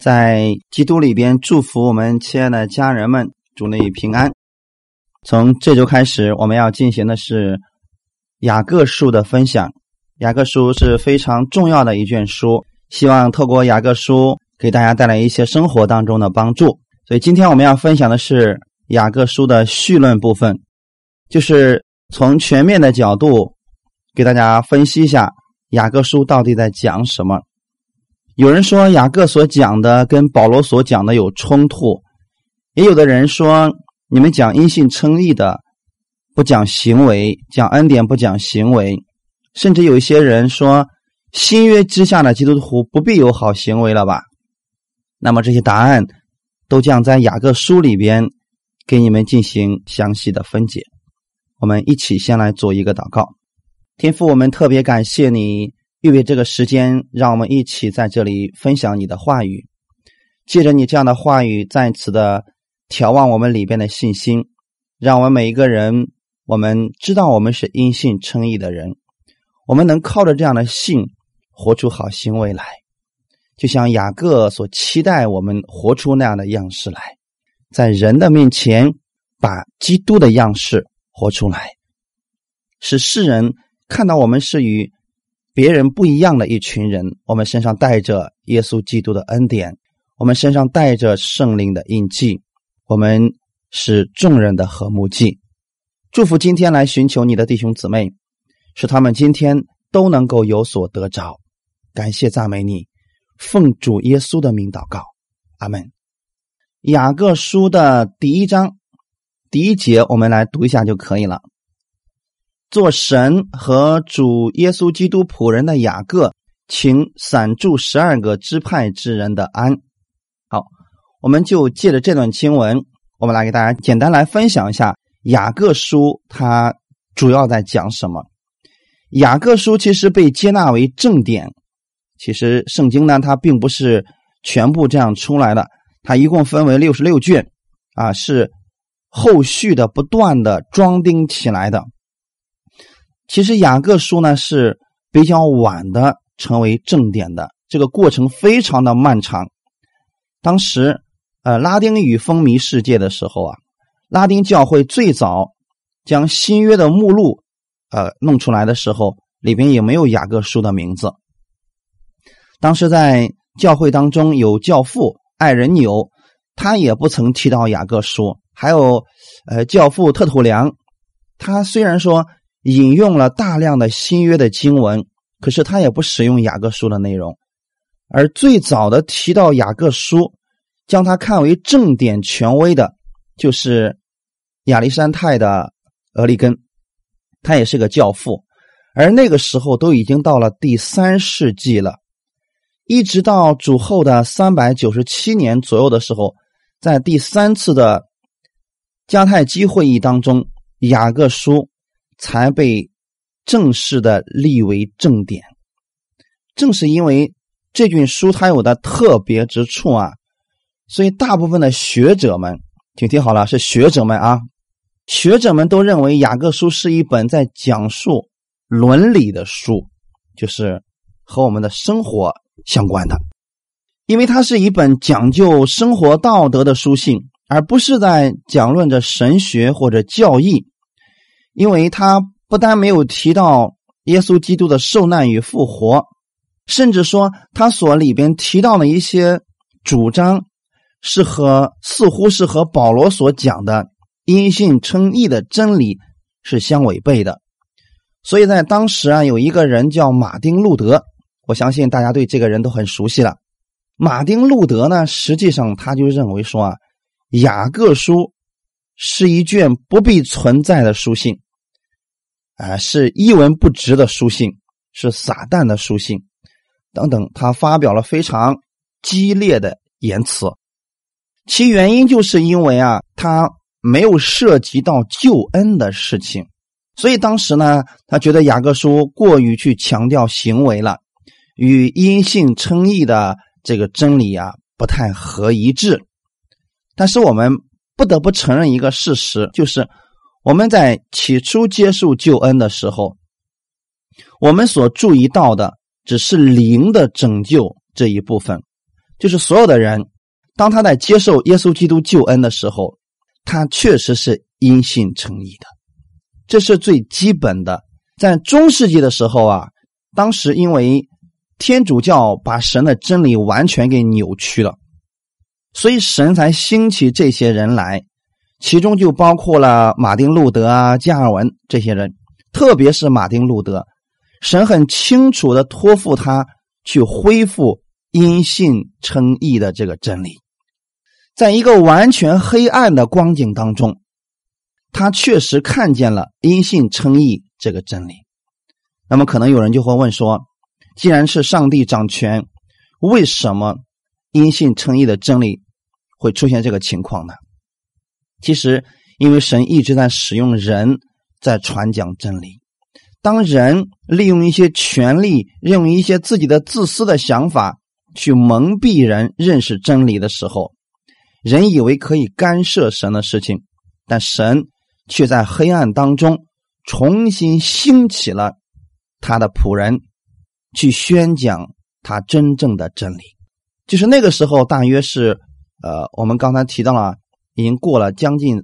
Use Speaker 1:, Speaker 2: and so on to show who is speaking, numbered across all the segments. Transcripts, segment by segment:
Speaker 1: 在基督里边祝福我们亲爱的家人们，主内平安。从这周开始，我们要进行的是雅各书的分享。雅各书是非常重要的一卷书，希望透过雅各书给大家带来一些生活当中的帮助。所以今天我们要分享的是雅各书的绪论部分，就是从全面的角度给大家分析一下雅各书到底在讲什么。有人说雅各所讲的跟保罗所讲的有冲突，也有的人说你们讲因信称义的不讲行为，讲恩典不讲行为，甚至有一些人说新约之下的基督徒不必有好行为了吧。那么这些答案都将在雅各书里边给你们进行详细的分解。我们一起先来做一个祷告。天父，我们特别感谢你预备这个时间，让我们一起在这里分享你的话语，借着你这样的话语再次的调望我们里边的信心，让我们每一个人，我们知道我们是因信称义的人，我们能靠着这样的信活出好行为来，就像雅各所期待我们活出那样的样式来，在人的面前把基督的样式活出来，使世人看到我们是与别人不一样的一群人，我们身上带着耶稣基督的恩典，我们身上带着圣灵的印记，我们是众人的和睦祭。祝福今天来寻求你的弟兄姊妹，使他们今天都能够有所得着。感谢赞美你，奉主耶稣的名祷告，阿们。雅各书的第一章第一节我们来读一下就可以了。做神和主耶稣基督仆人的雅各，请散住12个支派之人的安。好，我们就借着这段经文，我们来给大家简单来分享一下雅各书它主要在讲什么。雅各书其实被接纳为正典，其实圣经呢它并不是全部这样出来的，它一共分为66卷是后续的不断的装订起来的。其实雅各书呢是比较晚的成为正典的，这个过程非常的漫长。当时拉丁语风靡世界的时候拉丁教会最早将新约的目录弄出来的时候，里边也没有雅各书的名字。当时在教会当中有教父爱人纽，他也不曾提到雅各书。还有教父特土良，他虽然说引用了大量的新约的经文，可是他也不使用雅各书的内容。而最早的提到雅各书，将它看为正典权威的，就是亚历山泰的俄利根，他也是个教父。而那个时候都已经到了第3世纪了，一直到主后的397年左右的时候，在第3次的迦太基会议当中，雅各书才被正式的立为正典。正是因为这卷书它有的特别之处所以大部分的学者们，请听好了，是学者们学者们都认为雅各书是一本在讲述伦理的书，就是和我们的生活相关的。因为它是一本讲究生活道德的书信，而不是在讲论着神学或者教义。因为他不但没有提到耶稣基督的受难与复活，甚至说他所里边提到的一些主张似乎是和保罗所讲的因信称义的真理是相违背的。所以在当时有一个人叫马丁路德，我相信大家对这个人都很熟悉了。马丁路德呢，实际上他就认为说雅各书是一卷不必存在的书信是一文不值的书信，是撒旦的书信等等，他发表了非常激烈的言辞。其原因就是因为他没有涉及到救恩的事情，所以当时呢，他觉得雅各书过于去强调行为了，与因信称义的这个真理不太合一致。但是我们不得不承认一个事实，就是我们在起初接受救恩的时候，我们所注意到的只是灵的拯救这一部分， 就是所有的人，当他在接受耶稣基督救恩的时候，他确实是因信称义的，这是最基本的。在中世纪的时候啊，当时因为天主教把神的真理完全给扭曲了，所以神才兴起这些人来，其中就包括了马丁路德啊、加尔文这些人。特别是马丁路德，神很清楚地托付他去恢复因信称义的这个真理。在一个完全黑暗的光景当中，他确实看见了因信称义这个真理。那么可能有人就会问说，既然是上帝掌权，为什么因信称义的真理会出现这个情况呢？其实因为神一直在使用人在传讲真理。当人利用一些权力，利用一些自己的自私的想法去蒙蔽人认识真理的时候，人以为可以干涉神的事情，但神却在黑暗当中重新兴起了他的仆人去宣讲他真正的真理。就是那个时候大约是我们刚才提到了，已经过了将近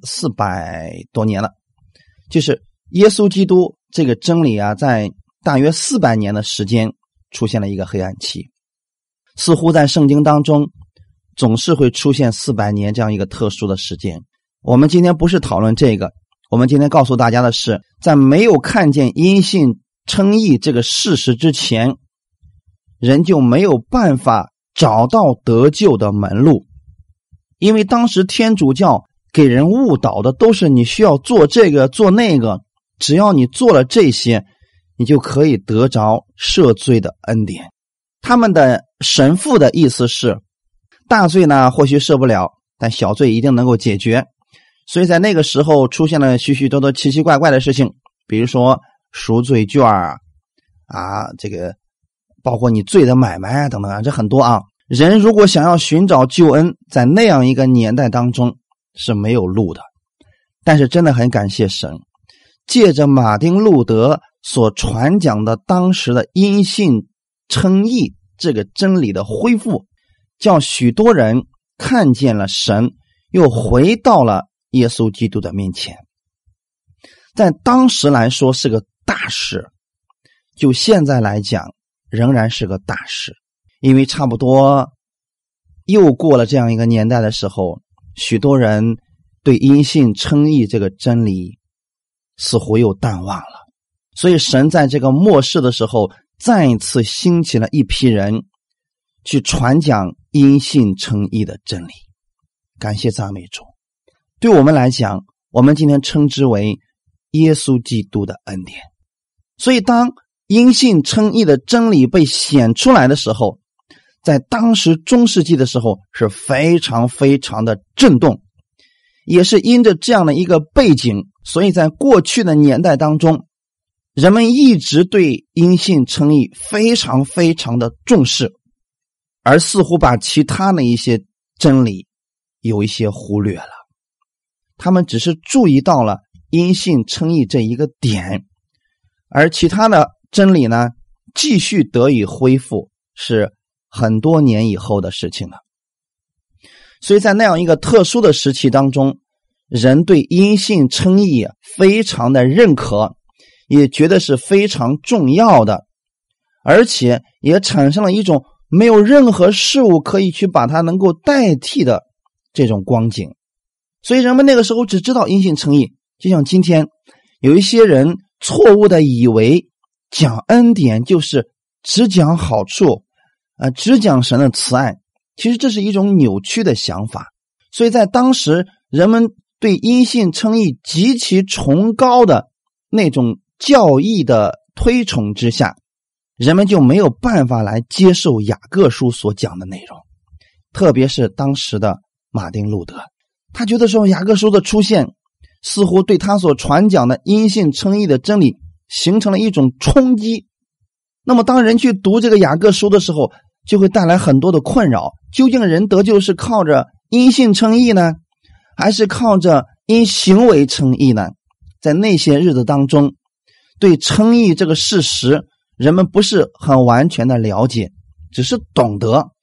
Speaker 1: 400多年了，就是耶稣基督这个真理啊，在大约400年的时间出现了一个黑暗期。似乎在圣经当中总是会出现400年这样一个特殊的时间。我们今天不是讨论这个，我们今天告诉大家的是，在没有看见因信称义这个事实之前，人就没有办法找到得救的门路。因为当时天主教给人误导的都是你需要做这个做那个，只要你做了这些，你就可以得着赦罪的恩典。他们的神父的意思是，大罪呢或许赦不了，但小罪一定能够解决。所以在那个时候出现了许许多多奇奇怪怪的事情，比如说赎罪券这个包括你罪的买卖等等这很多啊。人如果想要寻找救恩，在那样一个年代当中是没有路的。但是真的很感谢神，借着马丁路德所传讲的当时的因信称义这个真理的恢复，叫许多人看见了神，又回到了耶稣基督的面前。在当时来说是个大事，就现在来讲仍然是个大事。因为差不多又过了这样一个年代的时候，许多人对因信称义这个真理似乎又淡忘了。所以神在这个末世的时候再一次兴起了一批人去传讲因信称义的真理。感谢赞美主。对我们来讲，我们今天称之为耶稣基督的恩典。所以当因信称义的真理被显出来的时候，在当时中世纪的时候是非常非常的震动。也是因着这样的一个背景，所以在过去的年代当中，人们一直对因信称义非常非常的重视，而似乎把其他的一些真理有一些忽略了。他们只是注意到了因信称义这一个点，而其他的真理呢，继续得以恢复，是很多年以后的事情了。所以在那样一个特殊的时期当中，人对因信称义非常的认可，也觉得是非常重要的，而且也产生了一种没有任何事物可以去把它能够代替的这种光景。所以人们那个时候只知道因信称义，就像今天有一些人错误的以为讲恩典就是只讲好处只讲神的慈爱，其实这是一种扭曲的想法。所以在当时人们对因信称义极其崇高的那种教义的推崇之下，人们就没有办法来接受雅各书所讲的内容。特别是当时的马丁路德，他觉得说雅各书的出现似乎对他所传讲的因信称义的真理形成了一种冲击。那么当人去读这个雅各书的时候，就会带来很多的困扰。究竟人得救是靠着因信称义呢，还是靠着因行为称义呢？在那些日子当中，对称义这个事实人们不是很完全的了解，只是懂得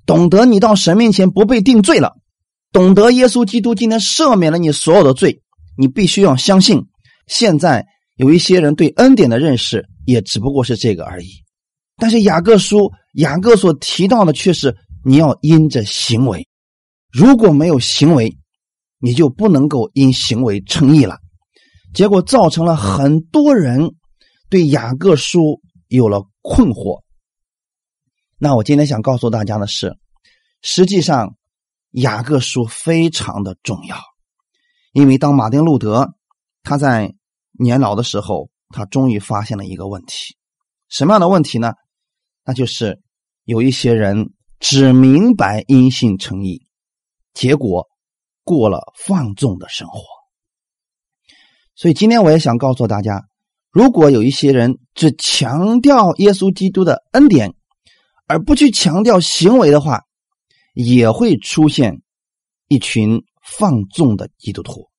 Speaker 1: 懂得你到神面前不被定罪了，懂得耶稣基督今天赦免了你所有的罪，你必须要相信，现在有一些人对恩典的认识也只不过是这个而已。但是雅各所提到的却是你要因着行为，如果没有行为，你就不能够因行为称义了。结果造成了很多人对雅各书有了困惑。那我今天想告诉大家的是，实际上雅各书非常的重要，因为当马丁路德他在年老的时候，他终于发现了一个问题。什么样的问题呢？那就是有一些人只明白因信称义，结果过了放纵的生活。所以今天我也想告诉大家，如果有一些人只强调耶稣基督的恩典，而不去强调行为的话，也会出现一群放纵的基督徒。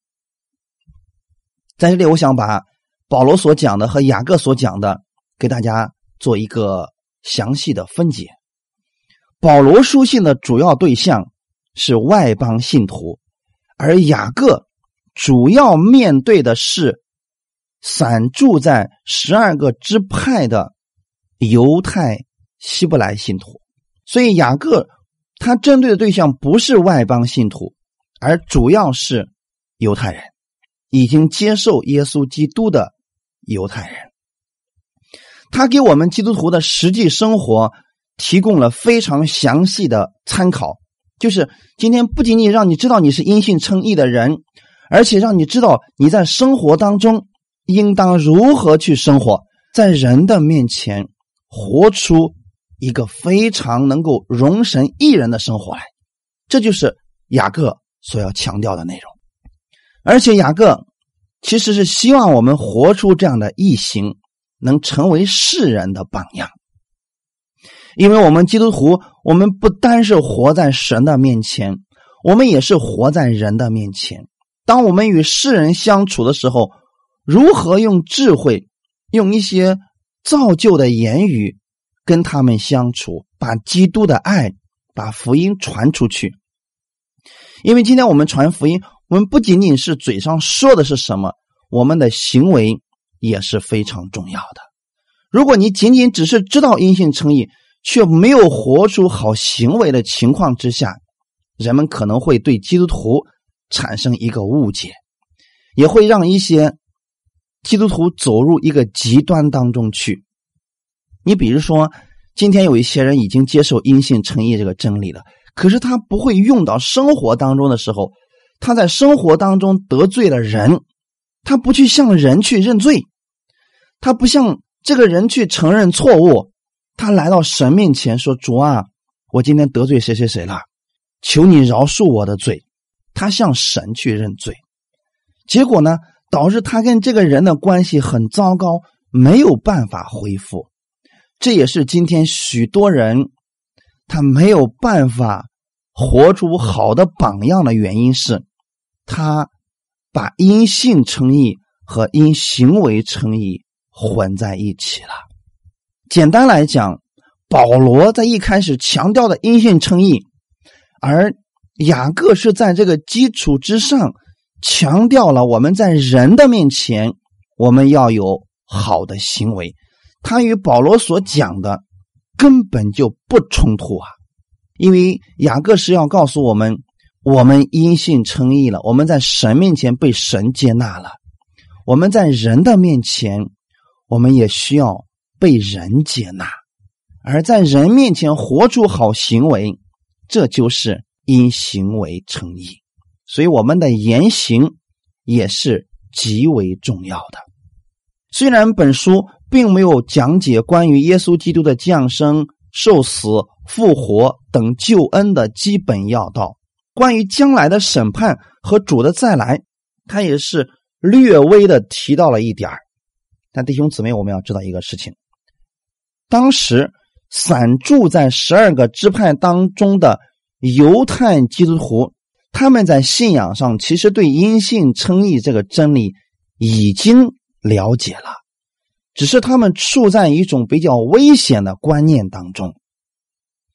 Speaker 1: 在这里我想把保罗所讲的和雅各所讲的给大家做一个详细的分解。保罗书信的主要对象是外邦信徒，而雅各主要面对的是散住在12个支派的犹太希伯来信徒。所以雅各他针对的对象不是外邦信徒，而主要是犹太人，已经接受耶稣基督的犹太人。他给我们基督徒的实际生活提供了非常详细的参考，就是今天不仅仅让你知道你是因信称义的人，而且让你知道你在生活当中应当如何去生活，在人的面前活出一个非常能够容神益人的生活来。这就是雅各所要强调的内容。而且雅各其实是希望我们活出这样的义行，能成为世人的榜样。因为我们基督徒，我们不单是活在神的面前，我们也是活在人的面前。当我们与世人相处的时候，如何用智慧，用一些造就的言语跟他们相处，把基督的爱，把福音传出去。因为今天我们传福音，我们不仅仅是嘴上说的是什么，我们的行为也是非常重要的。如果你仅仅只是知道因信称义，却没有活出好行为的情况之下，人们可能会对基督徒产生一个误解，也会让一些基督徒走入一个极端当中去。你比如说，今天有一些人已经接受因信称义这个真理了，可是他不会用到生活当中的时候，他在生活当中得罪了人，他不去向人去认罪，他不向这个人去承认错误，他来到神面前说，主啊，我今天得罪谁谁谁了，求你饶恕我的罪。他向神去认罪，结果呢，导致他跟这个人的关系很糟糕，没有办法恢复。这也是今天许多人他没有办法活出好的榜样的原因，是他把因信称义和因行为称义混在一起了。简单来讲，保罗在一开始强调的因信称义，而雅各是在这个基础之上强调了我们在人的面前我们要有好的行为。他与保罗所讲的根本就不冲突啊，因为雅各是要告诉我们，我们因信称义了，我们在神面前被神接纳了，我们在人的面前我们也需要被人接纳，而在人面前活出好行为，这就是因行为称义。所以我们的言行也是极为重要的。虽然本书并没有讲解关于耶稣基督的降生、受死、复活等救恩的基本要道，关于将来的审判和主的再来，他也是略微的提到了一点。但弟兄姊妹，我们要知道一个事情，当时散住在12个支派当中的犹太基督徒，他们在信仰上其实对因信称义这个真理已经了解了，只是他们处在一种比较危险的观念当中。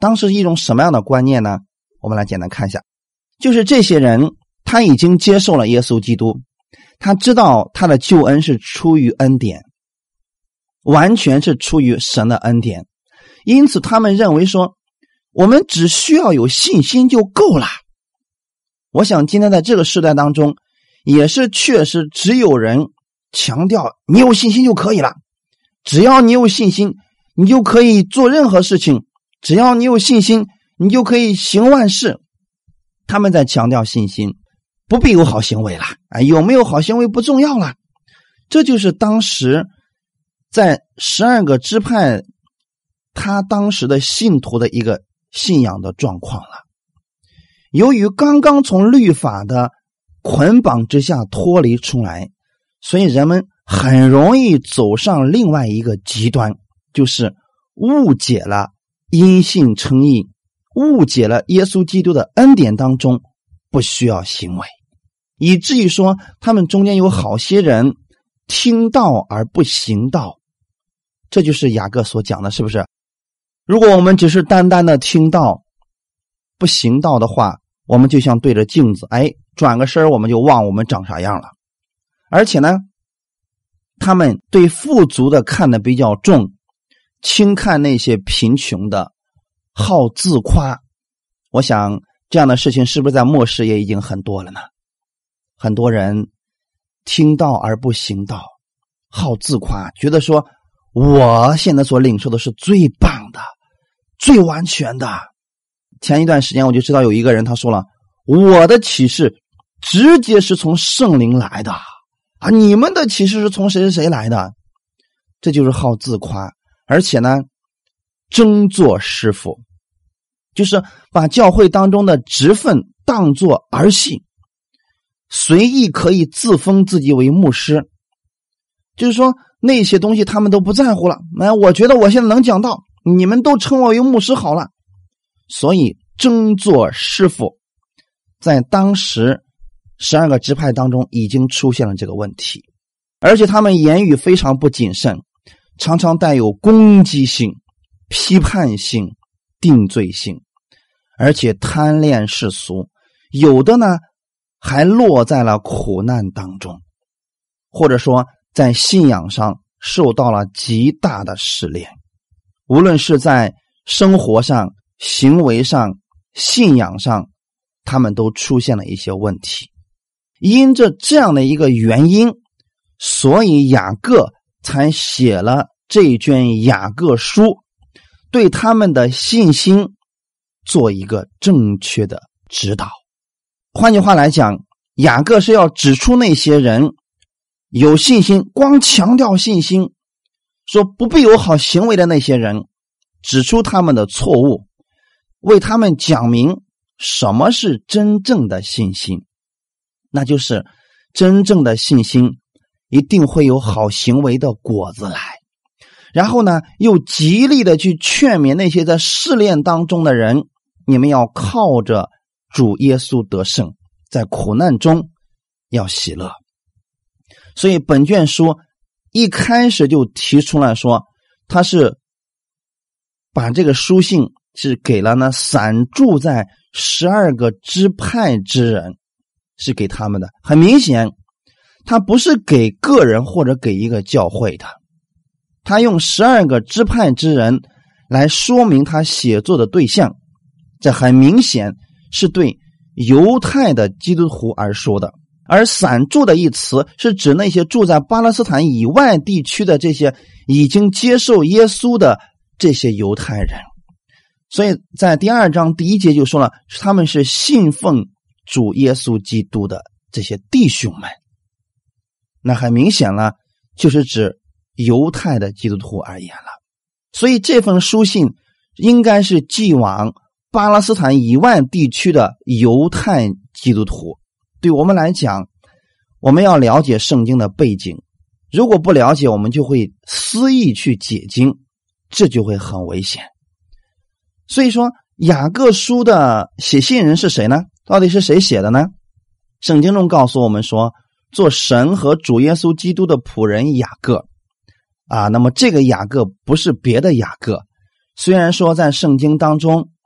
Speaker 1: 当时一种什么样的观念呢？我们来简单看一下，就是这些人他已经接受了耶稣基督，他知道他的救恩是出于恩典，完全是出于神的恩典，因此他们认为说，我们只需要有信心就够了。我想今天在这个时代当中，也是确实只有人强调你有信心就可以了，只要你有信心，你就可以做任何事情，只要你有信心，你就可以行万事。他们在强调信心，不必有好行为了，有没有好行为不重要了。这就是当时在12个支派他当时的信徒的一个信仰的状况了。由于刚刚从律法的捆绑之下脱离出来，所以人们很容易走上另外一个极端，就是误解了因信称义，误解了耶稣基督的恩典当中不需要行为，以至于说他们中间有好些人听道而不行道。这就是雅各所讲的，是不是？如果我们只是单单的听道不行道的话，我们就像对着镜子，转个身我们就忘我们长啥样了。而且呢，他们对富足的看得比较重，轻看那些贫穷的，好自夸。我想这样的事情是不是在末世也已经很多了呢？很多人听道而不行道，好自夸，觉得说我现在所领受的是最棒的，最完全的。前一段时间我就知道有一个人他说了，我的启示直接是从圣灵来的啊，你们的启示是从谁来的？这就是好自夸。而且呢，争做师傅，就是把教会当中的职分当作儿戏，随意可以自封自己为牧师，就是说那些东西他们都不在乎了。我觉得我现在能讲道，你们都称我为牧师好了。所以争做师傅在当时12个支派当中已经出现了这个问题，而且他们言语非常不谨慎，常常带有攻击性、批判性、定罪性，而且贪恋世俗，有的呢还落在了苦难当中，或者说在信仰上受到了极大的试炼，无论是在生活上、行为上、信仰上，他们都出现了一些问题。因着这样的一个原因，所以雅各才写了这卷雅各书，对他们的信心做一个正确的指导。换句话来讲，雅各是要指出那些人有信心，光强调信心，说不必有好行为的那些人，指出他们的错误，为他们讲明什么是真正的信心。那就是真正的信心一定会有好行为的果子来，然后呢又极力的去劝勉那些在试炼当中的人，你们要靠着主耶稣得胜，在苦难中要喜乐。所以本卷书一开始就提出来说，他是把这个书信是给了呢散住在12个支派之人，是给他们的。很明显他不是给个人或者给一个教会的，他用12个支派之人来说明他写作的对象，这很明显是对犹太的基督徒而说的。而散住的一词是指那些住在巴勒斯坦以外地区的这些已经接受耶稣的这些犹太人。所以在第2章第1节就说了，他们是信奉主耶稣基督的这些弟兄们。那很明显了，就是指犹太的基督徒而言了。所以这份书信应该是寄往巴勒斯坦以外地区的犹太基督徒。对我们来讲，我们要了解圣经的背景，如果不了解，我们就会肆意去解经，这就会很危险。所以说雅各书的写信人是谁呢？到底是谁写的呢？圣经中告诉我们说，做神和主耶稣基督的仆人雅各那么这个雅各不是别的雅各。虽然说在圣经当中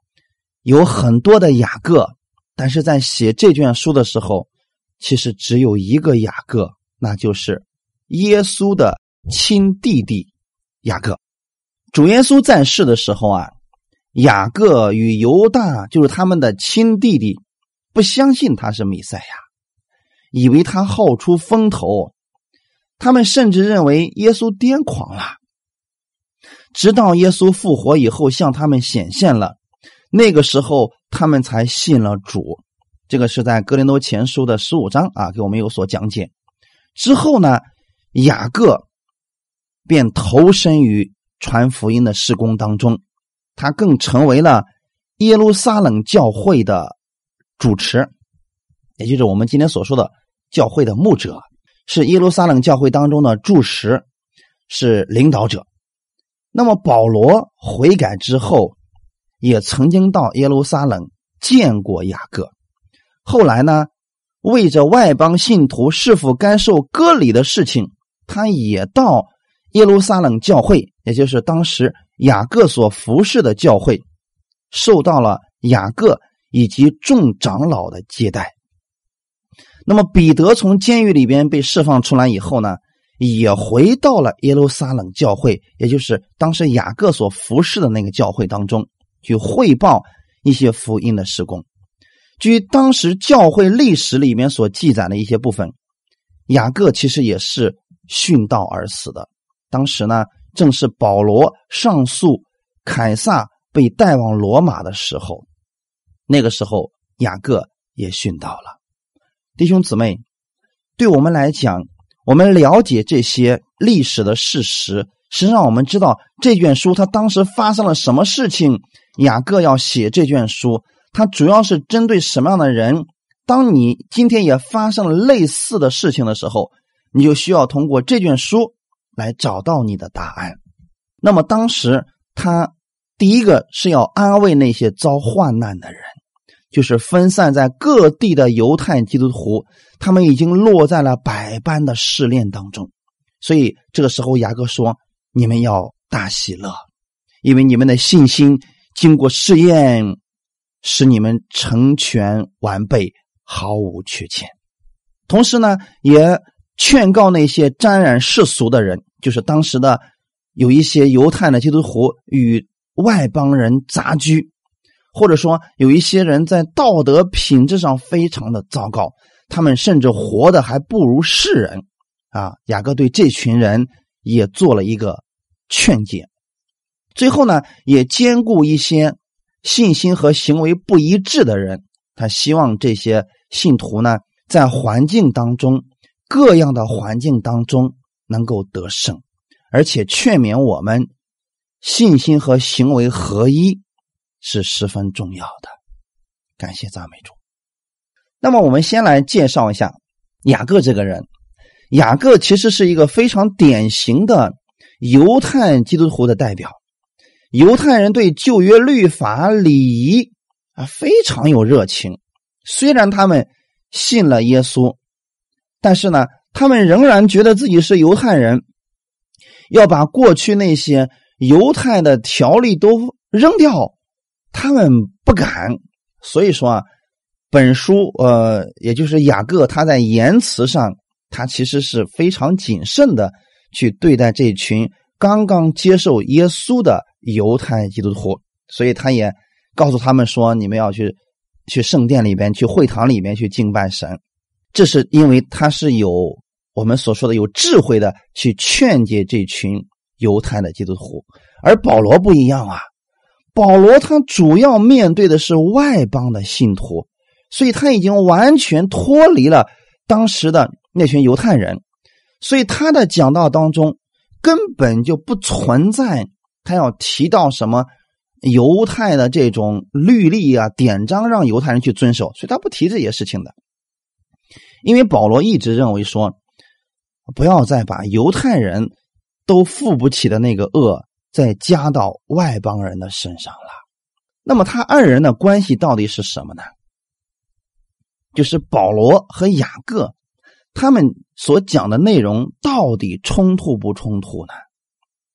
Speaker 1: 有很多的雅各，但是在写这卷书的时候，其实只有一个雅各，那就是耶稣的亲弟弟雅各。主耶稣在世的时候啊，雅各与犹大就是他们的亲弟弟，不相信他是弥赛亚，以为他好出风头，他们甚至认为耶稣癫狂了。直到耶稣复活以后向他们显现了，那个时候他们才信了主。这个是在哥林多前书的15章啊，给我们有所讲解。之后呢，雅各便投身于传福音的事工当中，他更成为了耶路撒冷教会的主持，也就是我们今天所说的教会的牧者，是耶路撒冷教会当中的柱石，是领导者。那么保罗悔改之后，也曾经到耶路撒冷见过雅各。后来呢，为着外邦信徒是否该受割礼的事情，他也到耶路撒冷教会，也就是当时雅各所服侍的教会，受到了雅各以及众长老的接待。那么彼得从监狱里边被释放出来以后呢，也回到了耶路撒冷教会，也就是当时雅各所服侍的那个教会当中，去汇报一些福音的事工。据当时教会历史里面所记载的一些部分，雅各其实也是殉道而死的。当时呢，正是保罗上诉凯撒被带往罗马的时候，那个时候雅各也殉道了。弟兄姊妹，对我们来讲，我们了解这些历史的事实，实际上我们知道这卷书它当时发生了什么事情，雅各要写这卷书，它主要是针对什么样的人。当你今天也发生了类似的事情的时候，你就需要通过这卷书来找到你的答案。那么当时他第一个是要安慰那些遭患难的人，就是分散在各地的犹太基督徒，他们已经落在了百般的试炼当中。所以这个时候雅各说，你们要大喜乐，因为你们的信心经过试验，使你们成全完备，毫无缺欠。同时呢，也劝告那些沾染世俗的人，就是当时的有一些犹太的基督徒与外邦人杂居，或者说有一些人在道德品质上非常的糟糕，他们甚至活得还不如世人啊。雅各对这群人也做了一个劝解。最后呢，也兼顾一些信心和行为不一致的人，他希望这些信徒呢，在环境当中，各样的环境当中能够得胜，而且劝勉我们信心和行为合一是十分重要的。感谢赞美主。那么我们先来介绍一下雅各这个人。雅各其实是一个非常典型的犹太基督徒的代表。犹太人对旧约律法礼仪非常有热情，虽然他们信了耶稣，但是呢，他们仍然觉得自己是犹太人，要把过去那些犹太的条例都扔掉，他们不敢。所以说本书也就是雅各，他在言辞上他其实是非常谨慎的去对待这群刚刚接受耶稣的犹太基督徒，所以他也告诉他们说，你们要去圣殿里边，去会堂里面去敬拜神。这是因为他是有我们所说的有智慧的去劝解这群犹太的基督徒。而保罗不一样保罗他主要面对的是外邦的信徒，所以他已经完全脱离了当时的那群犹太人，所以他的讲道当中根本就不存在他要提到什么犹太的这种律例典章让犹太人去遵守，所以他不提这些事情的。因为保罗一直认为说，不要再把犹太人都付不起的那个恶再加到外邦人的身上了。那么他二人的关系到底是什么呢？就是保罗和雅各他们所讲的内容到底冲突不冲突呢？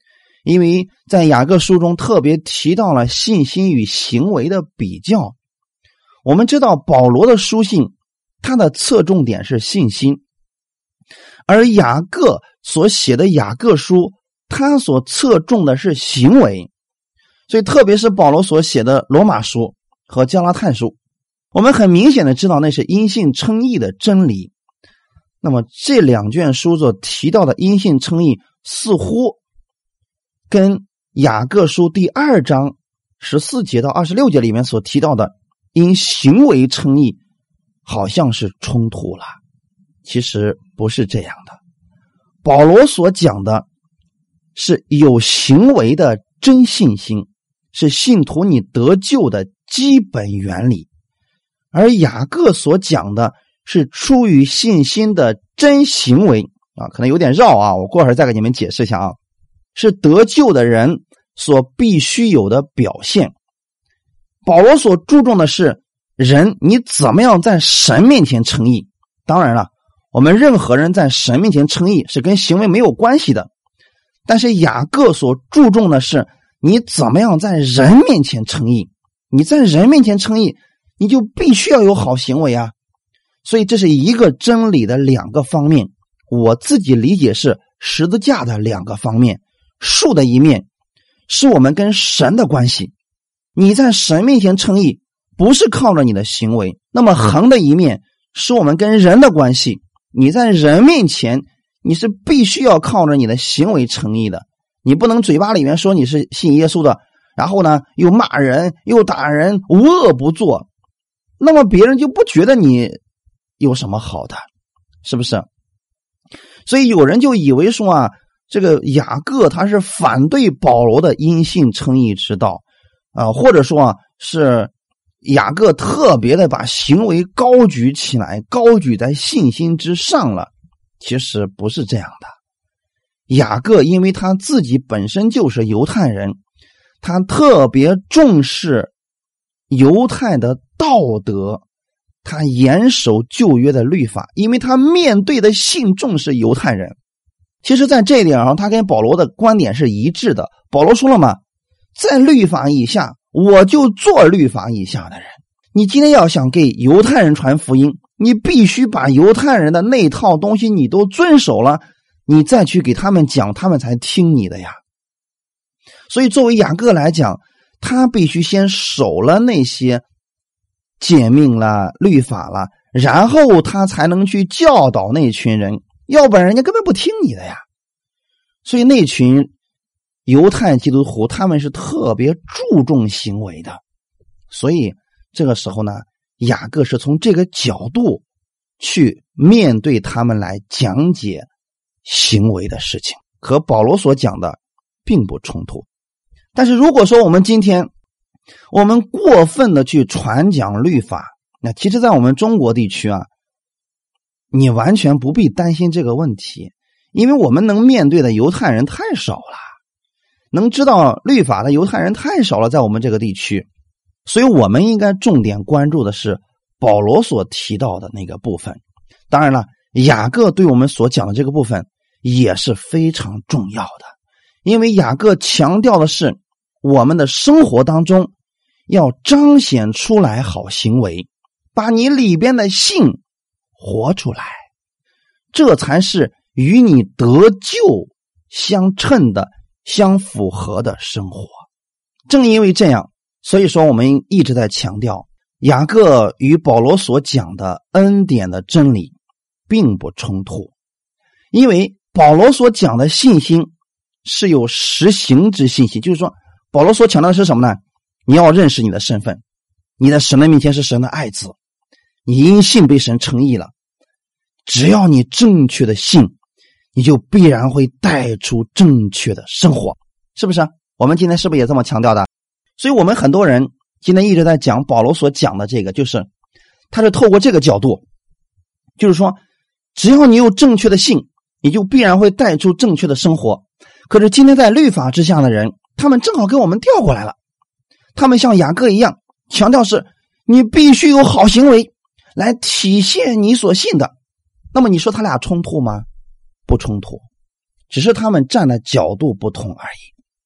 Speaker 1: 因为在雅各书中特别提到了信心与行为的比较。我们知道保罗的书信，他的侧重点是信心，而雅各所写的雅各书，他所侧重的是行为。所以特别是保罗所写的罗马书和加拉太书，我们很明显的知道那是因信称义的真理。那么这两卷书所提到的因信称义，似乎跟雅各书第2章14节到26节里面所提到的因行为称义好像是冲突了。其实不是这样的，保罗所讲的是有行为的真信心，是信徒你得救的基本原理，而雅各所讲的是出于信心的真行为可能有点绕我过会儿再给你们解释一下是得救的人所必须有的表现。保罗所注重的是人你怎么样在神面前称义。当然了，我们任何人在神面前称义是跟行为没有关系的，但是雅各所注重的是你怎么样在人面前称义。你在人面前称义，你就必须要有好行为所以这是一个真理的两个方面，我自己理解是十字架的两个方面。竖的一面是我们跟神的关系，你在神面前称义不是靠着你的行为。那么横的一面是我们跟人的关系，你在人面前你是必须要靠着你的行为称义的。你不能嘴巴里面说你是信耶稣的，然后呢又骂人又打人，无恶不作，那么别人就不觉得你有什么好的，是不是？所以有人就以为说这个雅各他是反对保罗的因信称义之道或者说是雅各特别的把行为高举起来，高举在信心之上了。其实不是这样的。雅各因为他自己本身就是犹太人，他特别重视犹太的道德，他严守旧约的律法，因为他面对的信众是犹太人。其实在这一点上他跟保罗的观点是一致的。保罗说了嘛，在律法以下我就做律法以下的人。你今天要想给犹太人传福音，你必须把犹太人的那套东西你都遵守了，你再去给他们讲，他们才听你的呀。所以作为雅各来讲，他必须先守了那些诫命了律法了，然后他才能去教导那群人，要不然人家根本不听你的呀。所以那群犹太基督徒他们是特别注重行为的，所以这个时候呢，雅各是从这个角度去面对他们来讲解行为的事情，和保罗所讲的并不冲突。但是如果说我们今天我们过分的去传讲律法，那其实在我们中国地区你完全不必担心这个问题，因为我们能面对的犹太人太少了，能知道律法的犹太人太少了，在我们这个地区。所以我们应该重点关注的是保罗所提到的那个部分。当然了，雅各对我们所讲的这个部分也是非常重要的，因为雅各强调的是我们的生活当中要彰显出来好行为，把你里边的信活出来，这才是与你得救相称的相符合的生活。正因为这样，所以说我们一直在强调雅各与保罗所讲的恩典的真理并不冲突。因为保罗所讲的信心是有实行之信心，就是说保罗所强调的是什么呢？你要认识你的身份，你在神的面前是神的爱子，你因信被神称义了，只要你正确的信，你就必然会带出正确的生活，是不是？我们今天是不是也这么强调的？所以我们很多人今天一直在讲保罗所讲的这个，就是他是透过这个角度，就是说只要你有正确的信，你就必然会带出正确的生活。可是今天在律法之下的人，他们正好跟我们调过来了，他们像雅各一样强调是你必须有好行为来体现你所信的。那么你说他俩冲突吗？不冲突，只是他们站的角度不同而已。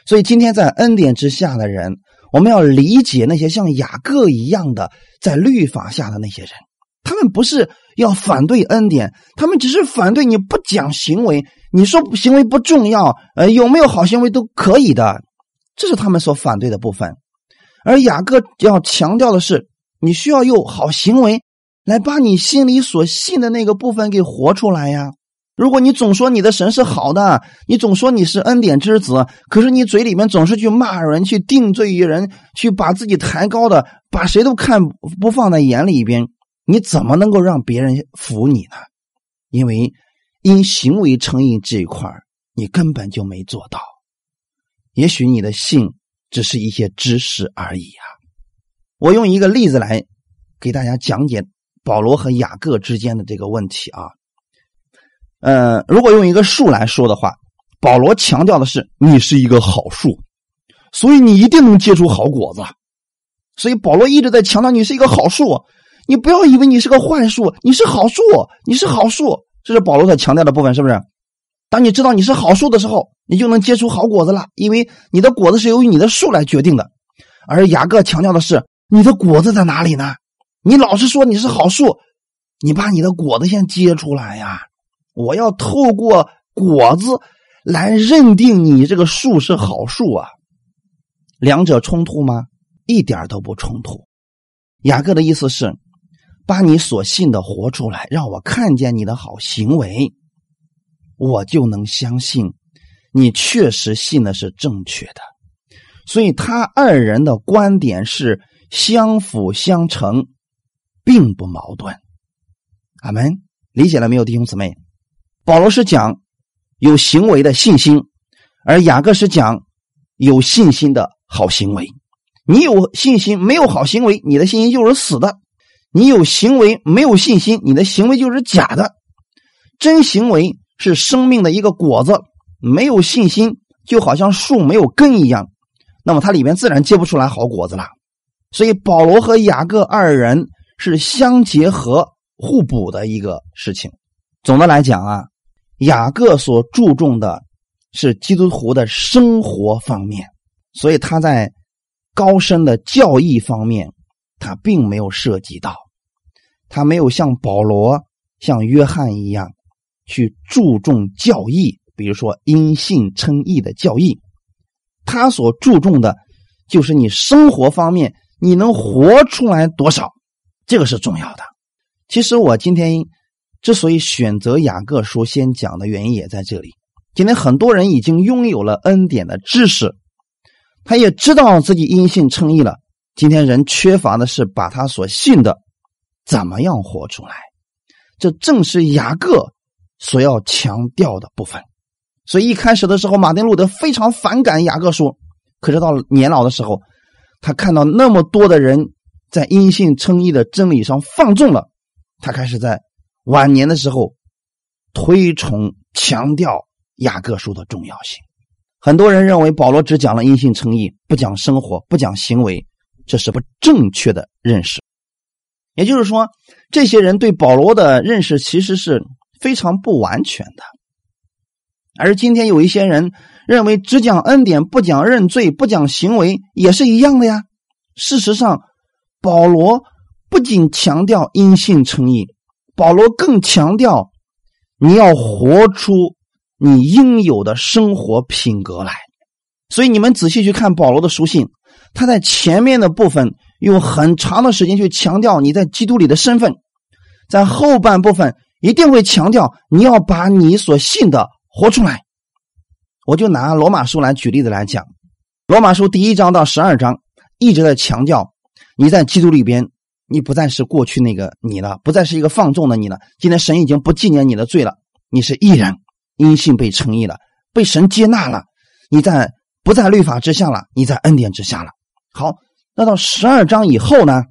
Speaker 1: 所以今天在恩典之下的人，我们要理解那些像雅各一样的在律法下的那些人，他们不是要反对恩典，他们只是反对你不讲行为，你说行为不重要，有没有好行为都可以的，这是他们所反对的部分。而雅各要强调的是，你需要用好行为来把你心里所信的那个部分给活出来呀。如果你总说你的神是好的，你总说你是恩典之子，可是你嘴里面总是去骂人，去定罪于人，去把自己抬高的，把谁都看不放在眼里边，你怎么能够让别人服你呢？因为因行为称义这一块你根本就没做到，也许你的信只是一些知识而已啊。我用一个例子来给大家讲解保罗和雅各之间的这个问题啊。如果用一个树来说的话，保罗强调的是你是一个好树，所以你一定能结出好果子。所以保罗一直在强调你是一个好树，你不要以为你是个坏树，你是好树，你是好树，这是保罗在强调的部分，是不是？当你知道你是好树的时候，你就能结出好果子了，因为你的果子是由于你的树来决定的。而雅各强调的是你的果子在哪里呢？你老是说你是好树，你把你的果子先结出来呀。我要透过果子来认定你这个树是好树啊。两者冲突吗？一点都不冲突。雅各的意思是把你所信的活出来，让我看见你的好行为，我就能相信你确实信的是正确的。所以他二人的观点是相辅相成，并不矛盾。阿们，理解了没有，弟兄姊妹？保罗是讲有行为的信心，而雅各是讲有信心的好行为。你有信心没有好行为，你的信心就是死的；你有行为没有信心，你的行为就是假的。真行为是生命的一个果子，没有信心就好像树没有根一样，那么它里面自然结不出来好果子了。所以保罗和雅各二人是相结合互补的一个事情。总的来讲啊，雅各所注重的是基督徒的生活方面，所以他在高深的教义方面他并没有涉及到，他没有像保罗像约翰一样去注重教义，比如说因信称义的教义。他所注重的就是你生活方面你能活出来多少，这个是重要的。其实我今天之所以选择雅各书先讲的原因也在这里。今天很多人已经拥有了恩典的知识，他也知道自己因信称义了，今天人缺乏的是把他所信的怎么样活出来，这正是雅各所要强调的部分。所以一开始的时候，马丁路德非常反感雅各书，可是到了年老的时候，他看到那么多的人在因信称义的真理上放纵了，他开始在晚年的时候推崇强调雅各书的重要性。很多人认为保罗只讲了因信称义，不讲生活，不讲行为，这是不正确的认识。也就是说，这些人对保罗的认识其实是非常不完全的。而今天有一些人认为只讲恩典，不讲认罪，不讲行为，也是一样的呀。事实上，保罗不仅强调因信称义，保罗更强调你要活出你应有的生活品格来。所以你们仔细去看保罗的书信，他在前面的部分用很长的时间去强调你在基督里的身份，在后半部分一定会强调你要把你所信的活出来。我就拿罗马书来举例子来讲，罗马书1章到12章一直在强调你在基督里边，你不再是过去那个你了，不再是一个放纵的你了，今天神已经不纪念你的罪了，你是义人，因信被称义了，被神接纳了，你不在律法之下了，你在恩典之下了。好，那到12章以后呢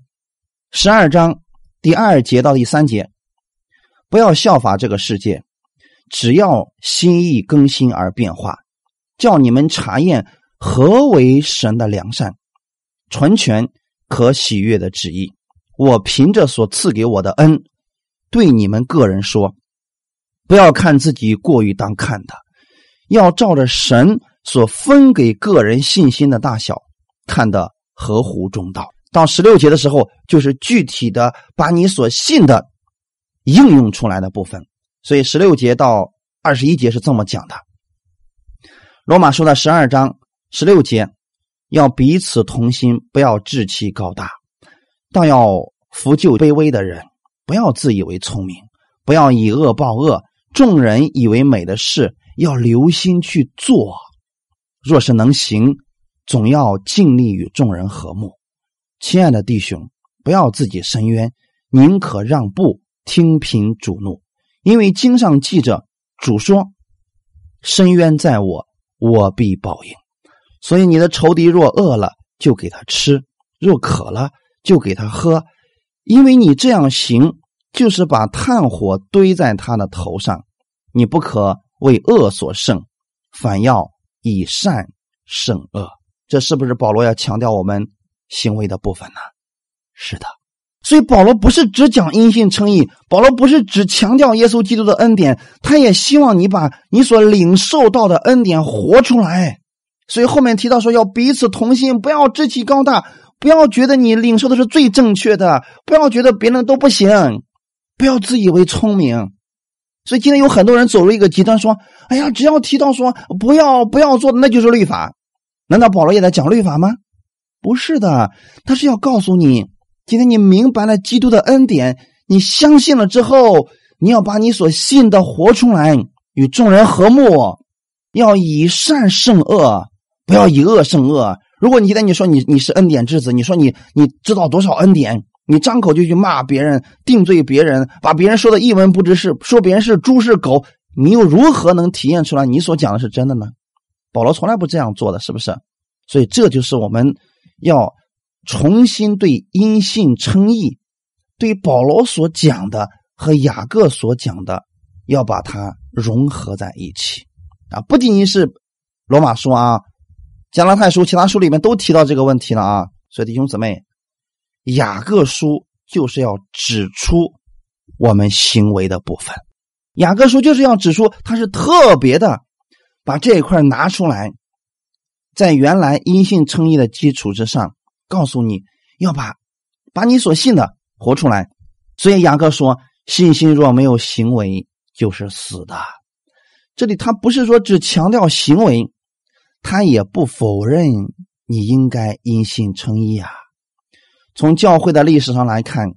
Speaker 1: ，12章第2节到第3节，不要效法这个世界，只要心意更新而变化，叫你们查验何为神的良善、纯全、可喜悦的旨意。我凭着所赐给我的恩，对你们个人说，不要看自己过于当看的，要照着神所分给个人信心的大小看得合乎中道。到16节的时候，就是具体的把你所信的应用出来的部分。所以16节到21节是这么讲的。罗马书的12章16节，要彼此同心，不要志气高大，倒要扶救卑微的人，不要自以为聪明，不要以恶报恶，众人以为美的事，要留心去做。若是能行，总要尽力与众人和睦。亲爱的弟兄，不要自己伸冤，宁可让步，听凭主怒。因为经上记着，主说，伸冤在我，我必报应。所以你的仇敌若饿了，就给他吃；若渴了，就给他喝。因为你这样行，就是把炭火堆在他的头上。你不可为恶所胜，反要以善胜恶。这是不是保罗要强调我们行为的部分呢？是的。所以保罗不是只讲因信称义，保罗不是只强调耶稣基督的恩典，他也希望你把你所领受到的恩典活出来。所以后面提到说，要彼此同心，不要志气高大，不要觉得你领受的是最正确的，不要觉得别人都不行，不要自以为聪明。所以今天有很多人走入一个极端，说哎呀，只要提到说不要做的，那就是律法。难道保罗也在讲律法吗？不是的，他是要告诉你，今天你明白了基督的恩典，你相信了之后，你要把你所信的活出来，与众人和睦，要以善胜恶，不要以恶胜恶。如果你今天你说你是恩典之子，你说你知道多少恩典，你张口就去骂别人，定罪别人，把别人说的一文不值，说别人是猪是狗，你又如何能体验出来你所讲的是真的呢？保罗从来不这样做的，是不是？所以这就是我们要重新对因信称义，对保罗所讲的和雅各所讲的，要把它融合在一起啊！不仅仅是罗马书啊，加拉太书其他书里面都提到这个问题了啊。所以弟兄姊妹，雅各书就是要指出我们行为的部分，雅各书就是要指出，它是特别的把这一块拿出来，在原来因信称义的基础之上，告诉你要把你所信的活出来。所以雅各说，信心若没有行为就是死的。这里他不是说只强调行为，他也不否认你应该因信称义啊。从教会的历史上来看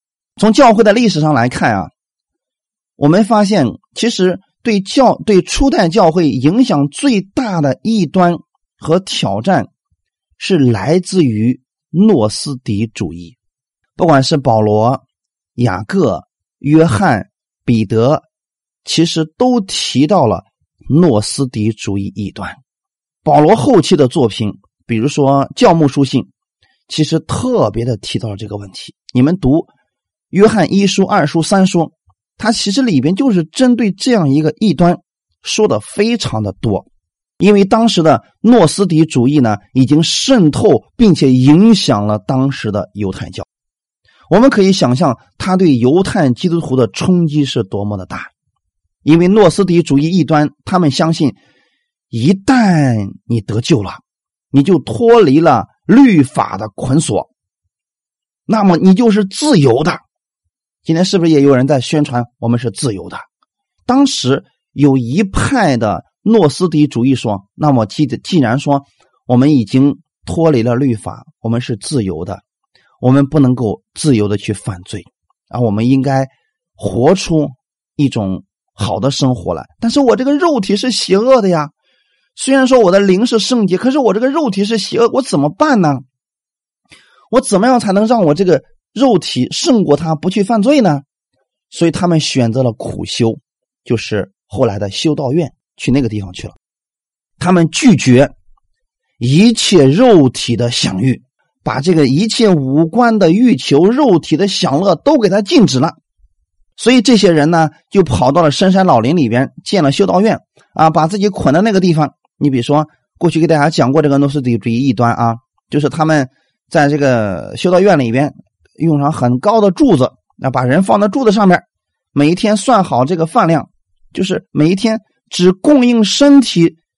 Speaker 1: 啊，我们发现其实对初代教会影响最大的异端和挑战是来自于诺斯底主义。不管是保罗、雅各、约翰、彼得，其实都提到了诺斯底主义异端。保罗后期的作品，比如说教牧书信，其实特别的提到了这个问题。你们读约翰1书、2书、3书，它其实里边就是针对这样一个异端说的非常的多。因为当时的诺斯底主义呢，已经渗透并且影响了当时的犹太教。我们可以想象他对犹太基督徒的冲击是多么的大。因为诺斯底主义异端，他们相信一旦你得救了，你就脱离了律法的捆锁，那么你就是自由的。今天是不是也有人在宣传我们是自由的？当时有一派的诺斯底主义说，那么既然说我们已经脱离了律法，我们是自由的，我们不能够自由的去犯罪啊，我们应该活出一种好的生活来。但是我这个肉体是邪恶的呀，虽然说我的灵是圣洁，可是我这个肉体是邪恶，我怎么办呢？我怎么样才能让我这个肉体胜过他，不去犯罪呢？所以他们选择了苦修，就是后来的修道院，去那个地方去了。他们拒绝一切肉体的享欲，把这个一切五官的欲求、肉体的享乐都给他禁止了。所以这些人呢，就跑到了深山老林里边建了修道院啊，把自己捆在那个地方。你比如说过去给大家讲过这个诺斯底主义异端啊，就是他们在这个修道院里边用上很高的柱子，把人放在柱子上面，每一天算好这个饭量，就是每一天只供应身体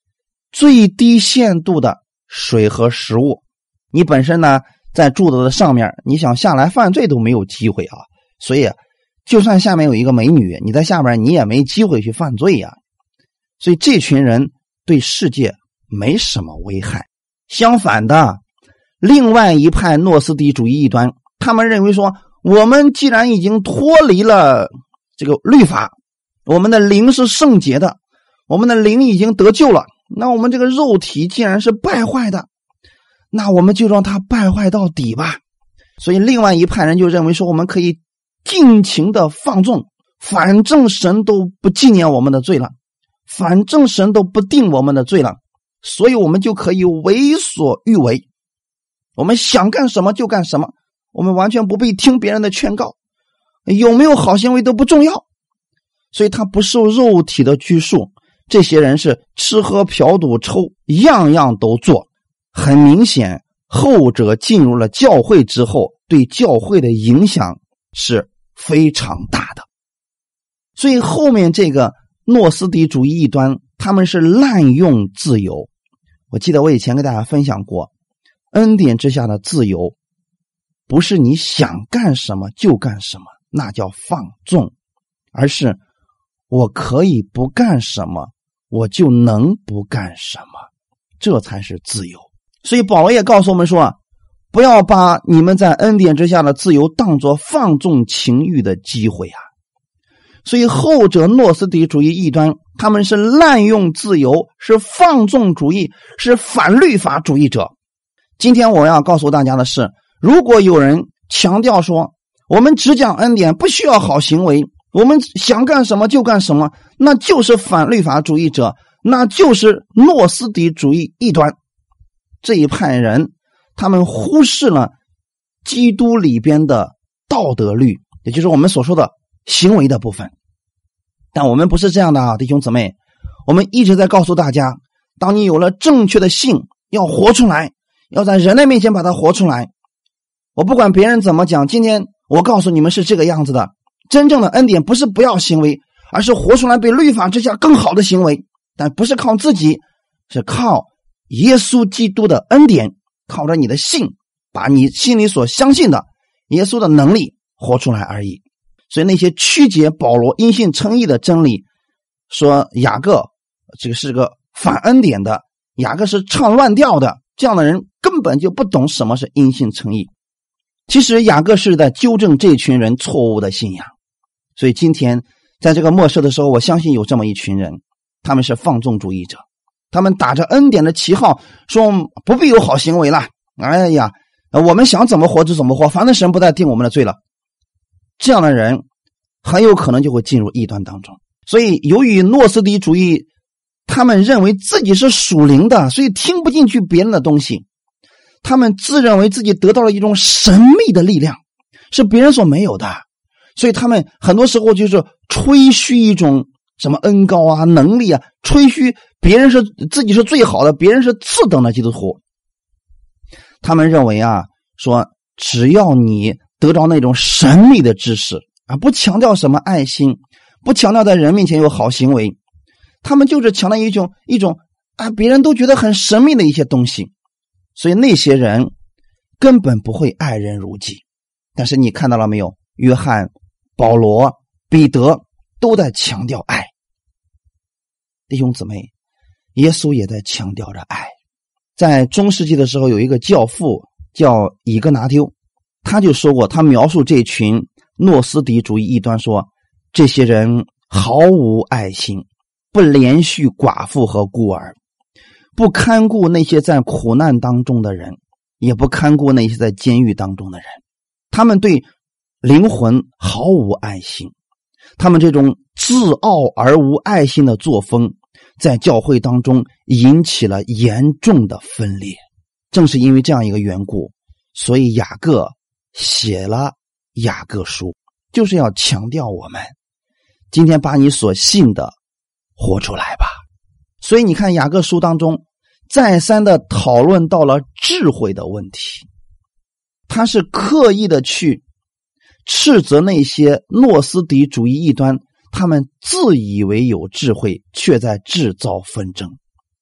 Speaker 1: 最低限度的水和食物。你本身呢在柱子的上面，你想下来犯罪都没有机会啊。所以就算下面有一个美女，你在下面你也没机会去犯罪呀。所以这群人对世界没什么危害。相反的，另外一派诺斯底主义异端，他们认为说，我们既然已经脱离了这个律法，我们的灵是圣洁的，我们的灵已经得救了，那我们这个肉体既然是败坏的，那我们就让它败坏到底吧。所以另外一派人就认为说，我们可以尽情的放纵，反正神都不纪念我们的罪了，反正神都不定我们的罪了，所以我们就可以为所欲为，我们想干什么就干什么，我们完全不必听别人的劝告，有没有好行为都不重要。所以他不受肉体的拘束，这些人是吃喝嫖赌抽样样都做。很明显，后者进入了教会之后，对教会的影响是非常大的。所以后面这个诺斯底主义异端，他们是滥用自由。我记得我以前跟大家分享过，恩典之下的自由不是你想干什么就干什么，那叫放纵，而是我可以不干什么，我就能不干什么，这才是自由。所以保罗也告诉我们说，不要把你们在恩典之下的自由当作放纵情欲的机会啊。所以后者诺斯底主义异端，他们是滥用自由，是放纵主义，是反律法主义者。今天我要告诉大家的是，如果有人强调说我们只讲恩典，不需要好行为，我们想干什么就干什么，那就是反律法主义者，那就是诺斯底主义异端。这一派人他们忽视了基督里边的道德律，也就是我们所说的行为的部分。但我们不是这样的啊，弟兄姊妹，我们一直在告诉大家，当你有了正确的信，要活出来，要在人类面前把它活出来。我不管别人怎么讲，今天我告诉你们是这个样子的，真正的恩典不是不要行为，而是活出来比律法之下更好的行为，但不是靠自己，是靠耶稣基督的恩典，靠着你的信，把你心里所相信的耶稣的能力活出来而已。所以那些曲解保罗因信称义的真理，说雅各这个是个反恩典的，雅各是唱乱调的，这样的人根本就不懂什么是因信称义。其实雅各是在纠正这群人错误的信仰。所以今天在这个末世的时候，我相信有这么一群人，他们是放纵主义者，他们打着恩典的旗号说不必有好行为了，哎呀，我们想怎么活就怎么活，反正神不再定我们的罪了。这样的人很有可能就会进入异端当中。所以由于诺斯底主义他们认为自己是属灵的，所以听不进去别人的东西，他们自认为自己得到了一种神秘的力量，是别人所没有的，所以他们很多时候就是吹嘘一种什么恩膏啊、能力啊，吹嘘别人是自己是最好的，别人是次等的基督徒。他们认为啊，说只要你得到那种神秘的知识啊，不强调什么爱心，不强调在人面前有好行为，他们就是强调一种啊，别人都觉得很神秘的一些东西。所以那些人根本不会爱人如己。但是你看到了没有，约翰、保罗、彼得都在强调爱。弟兄姊妹，耶稣也在强调着爱。在中世纪的时候，有一个教父叫以哥拿丢，他就说过，他描述这群诺斯底主义异端说，这些人毫无爱心，不怜恤寡妇和孤儿，不看顾那些在苦难当中的人，也不看顾那些在监狱当中的人。他们对灵魂毫无爱心，他们这种自傲而无爱心的作风，在教会当中引起了严重的分裂。正是因为这样一个缘故，所以雅各写了雅各书，就是要强调我们今天把你所信的活出来吧。所以你看雅各书当中再三的讨论到了智慧的问题，他是刻意的去斥责那些诺斯底主义异端，他们自以为有智慧，却在制造纷争。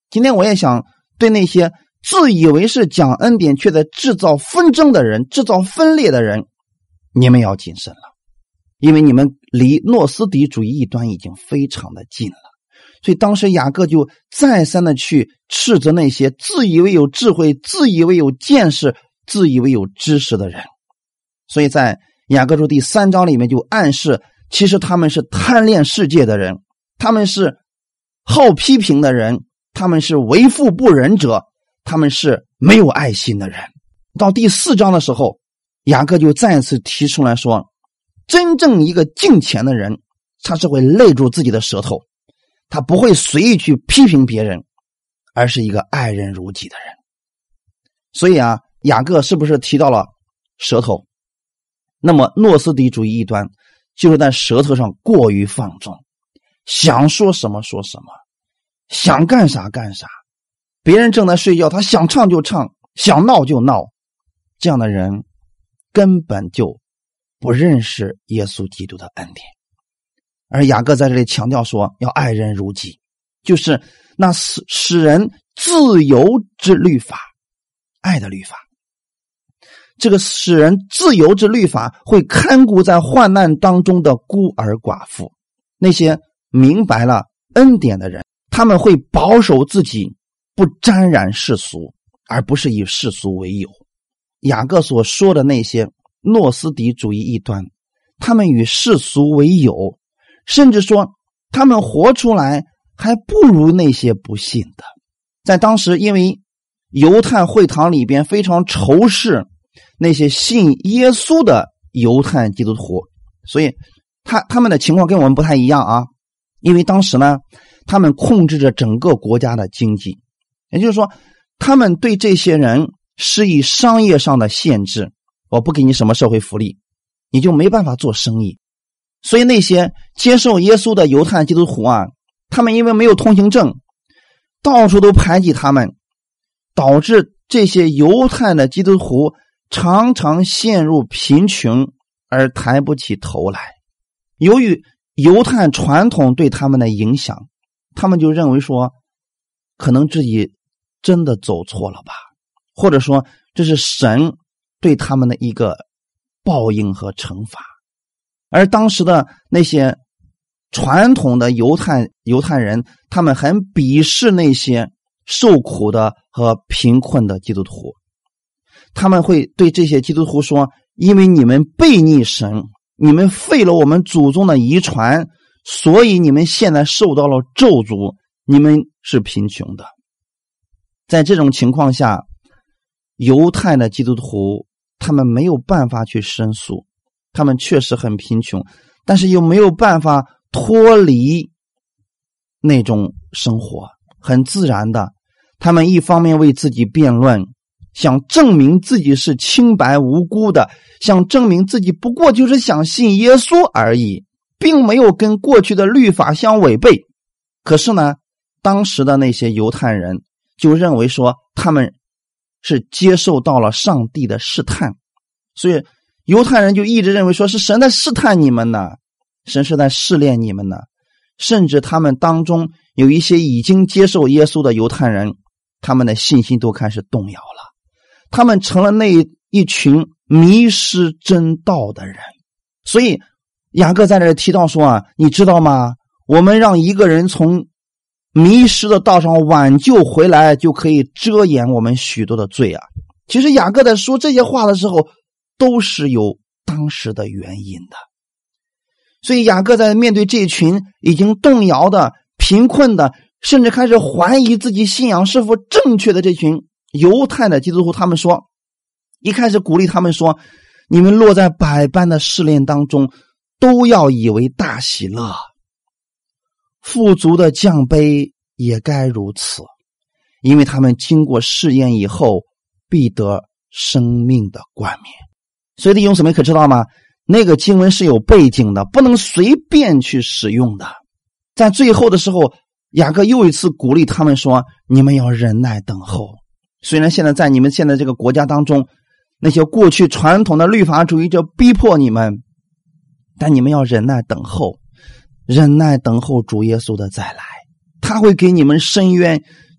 Speaker 1: 今天我也想对那些自以为是讲恩典却在制造纷争的人，制造分裂的人，你们要谨慎了，因为你们离诺斯底主义异端已经非常的近了。所以当时雅各就再三的去斥责那些自以为有智慧、自以为有见识、自以为有知识的人。所以在雅各书第3章里面就暗示，其实他们是贪恋世界的人，他们是好批评的人，他们是为富不仁者，他们是没有爱心的人。到第4章的时候，雅各就再次提出来说，真正一个敬虔的人，他是会勒住自己的舌头，他不会随意去批评别人，而是一个爱人如己的人。所以雅各是不是提到了舌头？那么诺斯底主义异端就是在舌头上过于放纵，想说什么说什么，想干啥干啥，别人正在睡觉，他想唱就唱，想闹就闹。这样的人根本就不认识耶稣基督的恩典。而雅各在这里强调说，要爱人如己，就是那使人自由之律法，爱的律法。这个使人自由之律法会看顾在患难当中的孤儿寡妇，那些明白了恩典的人，他们会保守自己不沾染世俗，而不是以世俗为友。雅各所说的那些诺斯底主义异端，他们与世俗为友，甚至说他们活出来还不如那些不信的。在当时，因为犹太会堂里边非常仇视那些信耶稣的犹太基督徒，所以他们的情况跟我们不太一样因为当时呢，他们控制着整个国家的经济，也就是说他们对这些人施以商业上的限制，我不给你什么社会福利，你就没办法做生意。所以那些接受耶稣的犹太基督徒他们因为没有通行证，到处都排挤他们，导致这些犹太的基督徒常常陷入贫穷而抬不起头来。由于犹太传统对他们的影响，他们就认为说，可能自己真的走错了吧，或者说这是神对他们的一个报应和惩罚。而当时的那些传统的犹太人，他们很鄙视那些受苦的和贫困的基督徒，他们会对这些基督徒说，因为你们悖逆神，你们废了我们祖宗的遗传，所以你们现在受到了咒诅，你们是贫穷的。在这种情况下，犹太的基督徒他们没有办法去申诉，他们确实很贫穷，但是又没有办法脱离那种生活，很自然的，他们一方面为自己辩论，想证明自己是清白无辜的，想证明自己不过就是想信耶稣而已，并没有跟过去的律法相违背。可是呢，当时的那些犹太人就认为说，他们是接受到了上帝的试探，所以犹太人就一直认为说，是神在试探你们呢，神是在试炼你们呢。甚至他们当中有一些已经接受耶稣的犹太人，他们的信心都开始动摇了，他们成了那一群迷失真道的人。所以雅各在这里提到说你知道吗，我们让一个人从迷失的道上挽救回来，就可以遮掩我们许多的罪其实雅各在说这些话的时候都是有当时的原因的。所以雅各在面对这群已经动摇的、贫困的，甚至开始怀疑自己信仰是否正确的这群犹太的基督徒，他们说，一开始鼓励他们说，你们落在百般的试炼当中，都要以为大喜乐，富足的降卑也该如此，因为他们经过试验以后，必得生命的冠冕。所以弟兄姊妹可知道吗？那个经文是有背景的，不能随便去使用的。在最后的时候，雅各又一次鼓励他们说，你们要忍耐等候。虽然现在在你们现在这个国家当中，那些过去传统的律法主义者逼迫你们，但你们要忍耐等候，忍耐等候主耶稣的再来，他会给你们伸冤，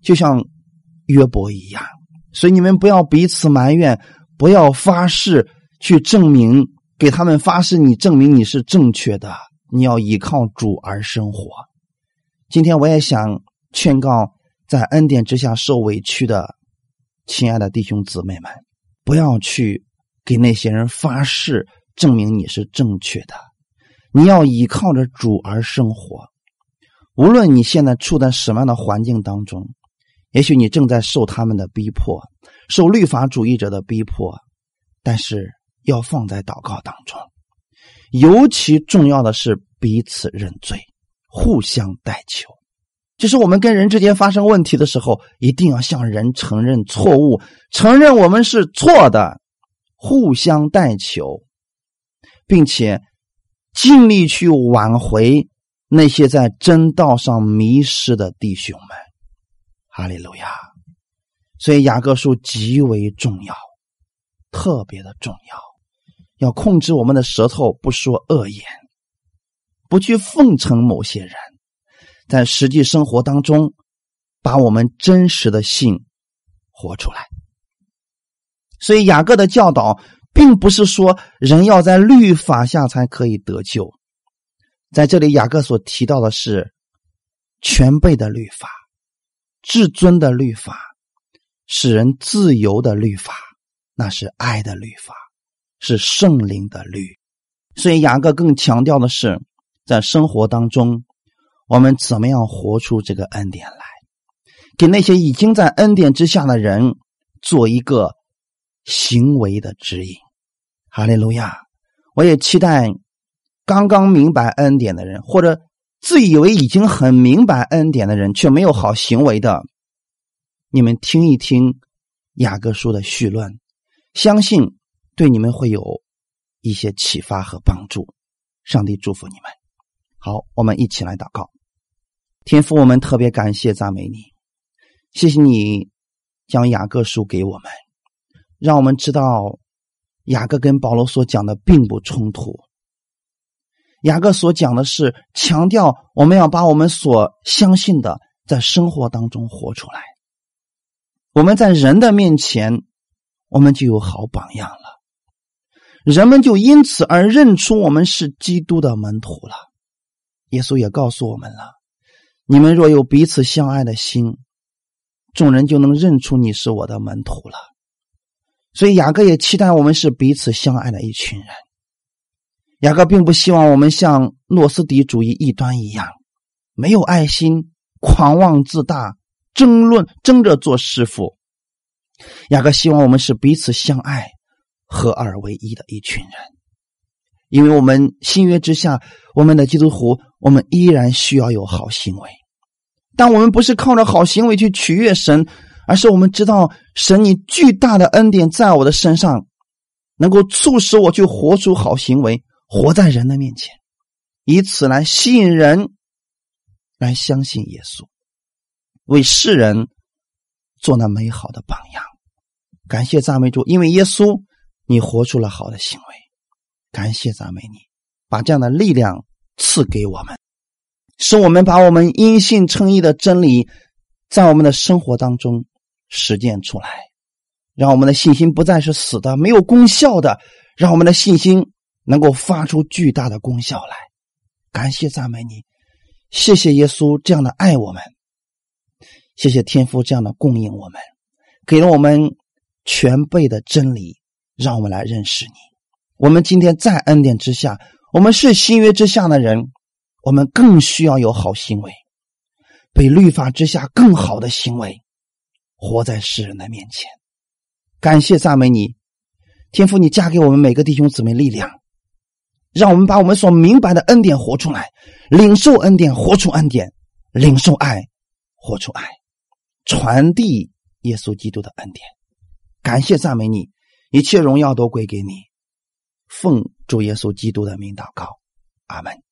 Speaker 1: 就像约伯一样。所以你们不要彼此埋怨，不要发誓去证明，给他们发誓，你证明你是正确的，你要依靠主而生活。今天我也想劝告在恩典之下受委屈的亲爱的弟兄姊妹们，不要去给那些人发誓证明你是正确的，你要依靠着主而生活。无论你现在处在什么样的环境当中，也许你正在受他们的逼迫，受律法主义者的逼迫，但是要放在祷告当中。尤其重要的是彼此认罪，互相代求。就是我们跟人之间发生问题的时候，一定要向人承认错误，承认我们是错的，互相代求，并且尽力去挽回那些在真道上迷失的弟兄们。哈利路亚！所以雅各书极为重要，特别的重要，要控制我们的舌头，不说恶言，不去奉承某些人，在实际生活当中把我们真实的信活出来。所以雅各的教导并不是说人要在律法下才可以得救，在这里雅各所提到的是全备的律法，至尊的律法，使人自由的律法，那是爱的律法，是圣灵的律。所以雅各更强调的是在生活当中我们怎么样活出这个恩典来，给那些已经在恩典之下的人做一个行为的指引。哈利路亚！我也期待刚刚明白恩典的人，或者自以为已经很明白恩典的人却没有好行为的，你们听一听雅各书的绪论，相信对你们会有一些启发和帮助。上帝祝福你们。好，我们一起来祷告。天父，我们特别感谢赞美你，谢谢你将雅各书给我们，让我们知道雅各跟保罗所讲的并不冲突。雅各所讲的是强调我们要把我们所相信的在生活当中活出来，我们在人的面前我们就有好榜样了，人们就因此而认出我们是基督的门徒了。耶稣也告诉我们了，你们若有彼此相爱的心，众人就能认出你是我的门徒了。所以雅各也期待我们是彼此相爱的一群人。雅各并不希望我们像诺斯底主义异端一样，没有爱心，狂妄自大，争着做师傅。雅各希望我们是彼此相爱，合二为一的一群人。因为我们新约之下，我们的基督徒，我们依然需要有好行为，但我们不是靠着好行为去取悦神，而是我们知道神你巨大的恩典在我的身上，能够促使我去活出好行为，活在人的面前，以此来吸引人来相信耶稣，为世人做那美好的榜样。感谢赞美主，因为耶稣你活出了好的行为。感谢赞美你，把这样的力量赐给我们，使我们把我们因信称义的真理在我们的生活当中实践出来，让我们的信心不再是死的，没有功效的，让我们的信心能够发出巨大的功效来。感谢赞美你，谢谢耶稣这样的爱我们，谢谢天父这样的供应我们，给了我们全备的真理，让我们来认识你。我们今天在恩典之下，我们是新约之下的人，我们更需要有好行为，比律法之下更好的行为，活在世人的面前。感谢赞美你，天父，你加给我们每个弟兄姊妹力量，让我们把我们所明白的恩典活出来，领受恩典活出恩典，领受爱活出爱，传递耶稣基督的恩典。感谢赞美你，一切荣耀都归给你，奉主耶稣基督的名祷告，阿们。